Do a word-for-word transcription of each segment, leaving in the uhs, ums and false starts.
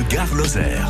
Gare Lozère.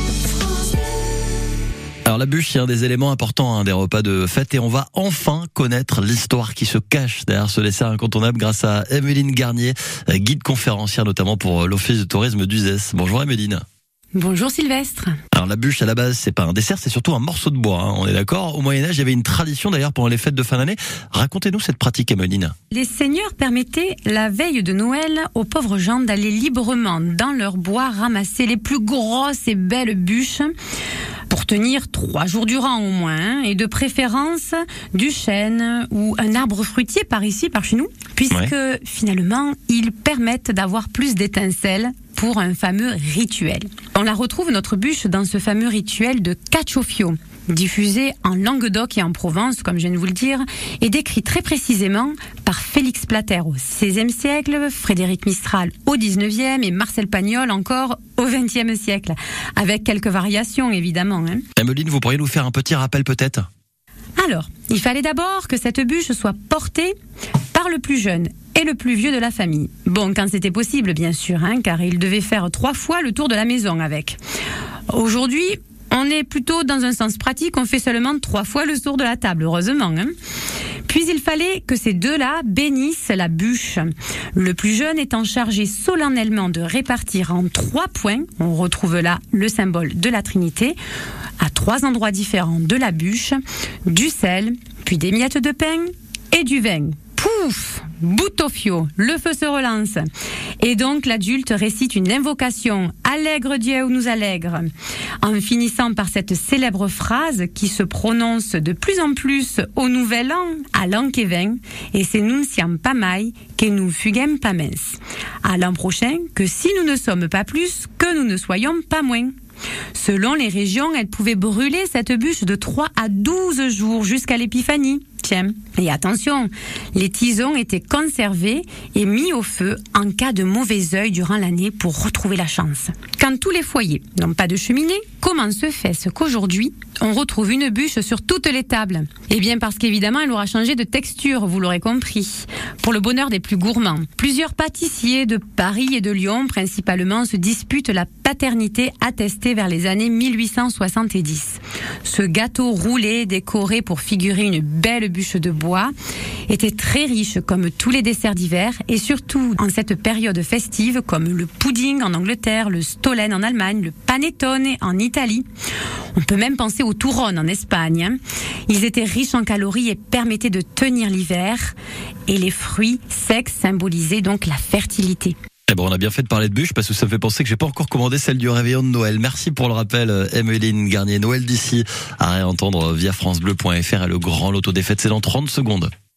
Alors la bûche, c'est un des éléments importants hein, des repas de fête et on va enfin connaître l'histoire qui se cache derrière ce dessert incontournable grâce à Emeline Garnier, guide conférencière notamment pour l'Office de tourisme d'Uzès. Bonjour Emeline. Bonjour Sylvestre. Alors la bûche à la base c'est pas un dessert, c'est surtout un morceau de bois, hein, on est d'accord. Au Moyen-Âge il y avait une tradition d'ailleurs pendant les fêtes de fin d'année. Racontez-nous cette pratique Emeline. Les seigneurs permettaient la veille de Noël aux pauvres gens d'aller librement dans leur bois ramasser les plus grosses et belles bûches pour tenir trois jours durant au moins, hein, et de préférence du chêne ou un arbre fruitier par ici, par chez nous, puisque ouais. finalement ils permettent d'avoir plus d'étincelles pour un fameux rituel. On la retrouve notre bûche dans ce fameux rituel de Caciofio, diffusé en Languedoc et en Provence, comme je viens de vous le dire, et décrit très précisément par Félix Plater au seizième siècle, Frédéric Mistral au dix-neuvième et Marcel Pagnol encore au vingtième siècle, avec quelques variations évidemment. Hein. Emeline, vous pourriez nous faire un petit rappel peut-être ? Alors, il fallait d'abord que cette bûche soit portée par le plus jeune et le plus vieux de la famille. Bon, quand c'était possible bien sûr, hein, car il devait faire trois fois le tour de la maison avec. Aujourd'hui, on est plutôt dans un sens pratique, on fait seulement trois fois le tour de la table, heureusement. Hein. Puis il fallait que ces deux-là bénissent la bûche. Le plus jeune étant chargé solennellement de répartir en trois points, on retrouve là le symbole de la Trinité, à trois endroits différents de la bûche, du sel, puis des miettes de pain et du vin. Pouf! Boutofio, le feu se relance. Et donc l'adulte récite une invocation « Allègre Dieu nous allègre », en finissant par cette célèbre phrase qui se prononce de plus en plus au nouvel an, à l'an qui vient, et c'est « Nous ne siam pas mai, que nous fuguem pas mince ». À l'an prochain, que si nous ne sommes pas plus, que nous ne soyons pas moins. Selon les régions, elle pouvait brûler cette bûche de trois à douze jours jusqu'à l'épiphanie. Tiens, et attention, les tisons étaient conservés et mis au feu en cas de mauvais œil durant l'année pour retrouver la chance. Quand tous les foyers n'ont pas de cheminée, comment se fait-ce qu'aujourd'hui, on retrouve une bûche sur toutes les tables ? Eh bien parce qu'évidemment, elle aura changé de texture, vous l'aurez compris, pour le bonheur des plus gourmands. Plusieurs pâtissiers de Paris et de Lyon, principalement, se disputent la paternité attestée vers les années mille huit cent soixante-dix. Ce gâteau roulé, décoré pour figurer une belle bûche de bois, était très riche comme tous les desserts d'hiver et surtout en cette période festive comme le pudding en Angleterre, le stollen en Allemagne, le panettone en Italie. On peut même penser au turrone en Espagne. Hein. Ils étaient riches en calories et permettaient de tenir l'hiver et les fruits secs symbolisaient donc la fertilité. Eh bon, on a bien fait de parler de bûche parce que ça me fait penser que j'ai pas encore commandé celle du réveillon de Noël. Merci pour le rappel, Emeline Garnier. Noël d'ici à réentendre via francebleu point fr et le grand loto des fêtes, c'est dans trente secondes.